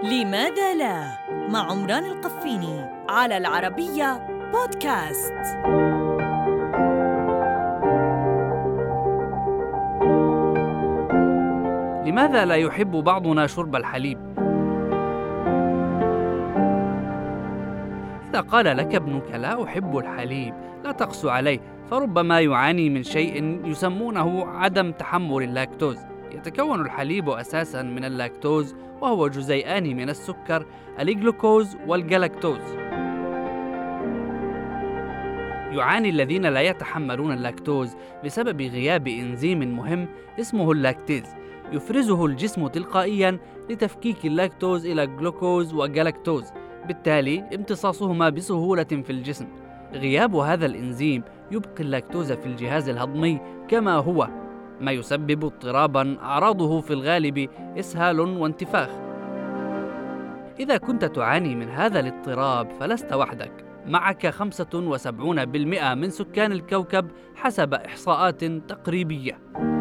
لماذا لا؟ مع عمران القفيني على العربية بودكاست. لماذا لا يحب بعضنا شرب الحليب؟ إذا قال لك ابنك لا أحب الحليب لا تقسو عليه، فربما يعاني من شيء يسمونه عدم تحمل اللاكتوز. يتكون الحليب أساساً من اللاكتوز، وهو جزيئان من السكر، الجلوكوز والجلاكتوز. يعاني الذين لا يتحملون اللاكتوز بسبب غياب إنزيم مهم اسمه اللاكتيز، يفرزه الجسم تلقائياً لتفكيك اللاكتوز إلى جلوكوز وجلاكتوز، بالتالي امتصاصهما بسهولة في الجسم. غياب هذا الإنزيم يبقي اللاكتوز في الجهاز الهضمي كما هو، ما يسبب اضطراباً أعراضه في الغالب إسهال وانتفاخ. إذا كنت تعاني من هذا الاضطراب فلست وحدك، معك 75% من سكان الكوكب حسب إحصاءات تقريبية.